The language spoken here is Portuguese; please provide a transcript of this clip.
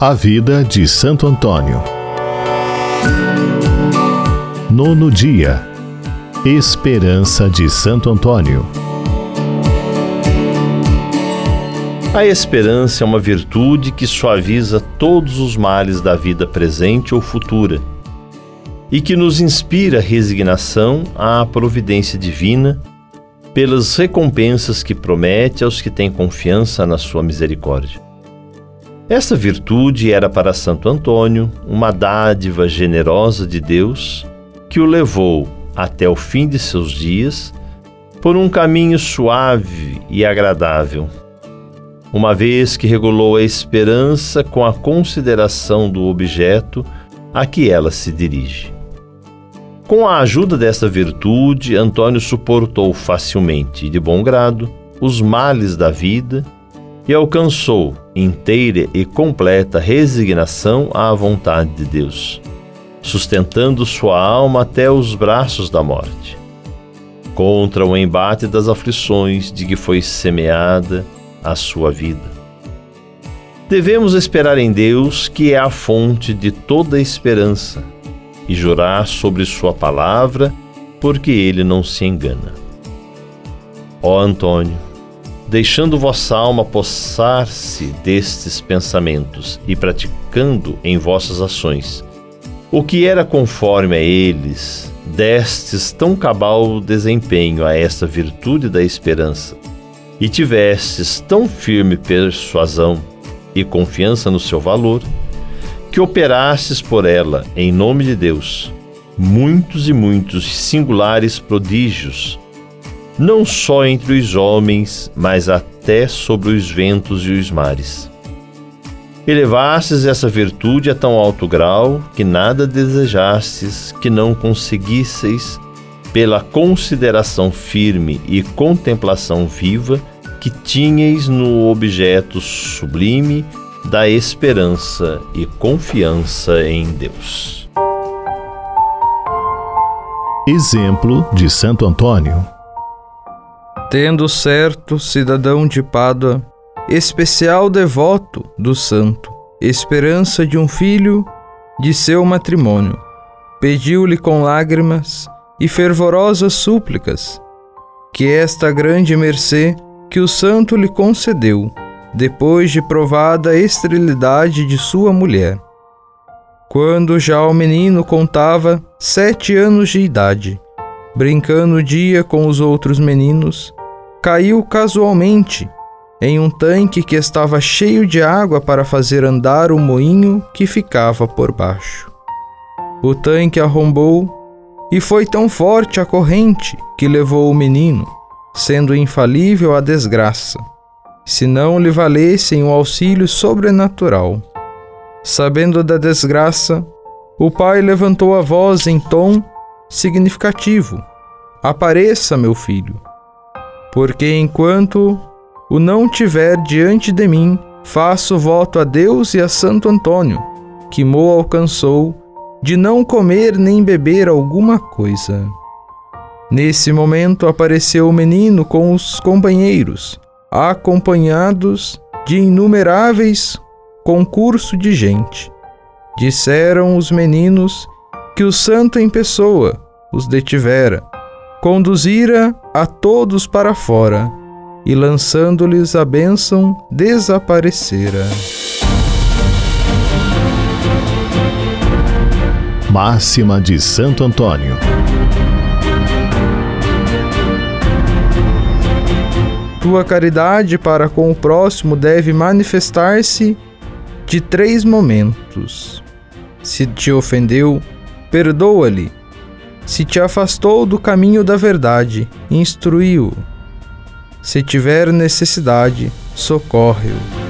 A vida de Santo Antônio. Nono dia. Esperança de Santo Antônio. A esperança é uma virtude que suaviza todos os males da vida presente ou futura e que nos inspira resignação à providência divina pelas recompensas que promete aos que têm confiança na sua misericórdia. Esta virtude era para Santo Antônio uma dádiva generosa de Deus que o levou até o fim de seus dias por um caminho suave e agradável, uma vez que regulou a esperança com a consideração do objeto a que ela se dirige. Com a ajuda desta virtude, Antônio suportou facilmente e de bom grado os males da vida e alcançou inteira e completa resignação à vontade de Deus, sustentando sua alma até os braços da morte, contra o embate das aflições de que foi semeada a sua vida. Devemos esperar em Deus, que é a fonte de toda esperança, e jurar sobre sua palavra, porque ele não se engana. Ó Antônio, deixando vossa alma possar-se destes pensamentos e praticando em vossas ações o que era conforme a eles, destes tão cabal desempenho a esta virtude da esperança, e tivestes tão firme persuasão e confiança no seu valor, que operastes por ela, em nome de Deus, muitos e muitos singulares prodígios, não só entre os homens, mas até sobre os ventos e os mares. Elevastes essa virtude a tão alto grau que nada desejastes que não conseguisseis pela consideração firme e contemplação viva que tinhais no objeto sublime da esperança e confiança em Deus. Exemplo de Santo Antônio. Tendo certo cidadão de Pádua, especial devoto do santo, esperança de um filho de seu matrimônio, pediu-lhe com lágrimas e fervorosas súplicas que esta grande mercê que o santo lhe concedeu, depois de provada a esterilidade de sua mulher. Quando já o menino contava 7 anos de idade, brincando o dia com os outros meninos, caiu casualmente em um tanque que estava cheio de água para fazer andar o moinho que ficava por baixo. O tanque arrombou e foi tão forte a corrente que levou o menino, sendo infalível a desgraça, se não lhe valessem o auxílio sobrenatural. Sabendo da desgraça, o pai levantou a voz em tom significativo: "Apareça, meu filho, porque enquanto o não tiver diante de mim, faço voto a Deus e a Santo Antônio, que mo alcançou, de não comer nem beber alguma coisa." Nesse momento apareceu o menino com os companheiros, acompanhados de inumeráveis concurso de gente. Disseram os meninos que o santo em pessoa os detivera, conduzira a todos para fora e, lançando-lhes a bênção, desaparecera. Máxima de Santo Antônio. Tua caridade para com o próximo deve manifestar-se de 3 momentos. Se te ofendeu, perdoa-lhe. Se te afastou do caminho da verdade, instrui-o. Se tiver necessidade, socorre-o.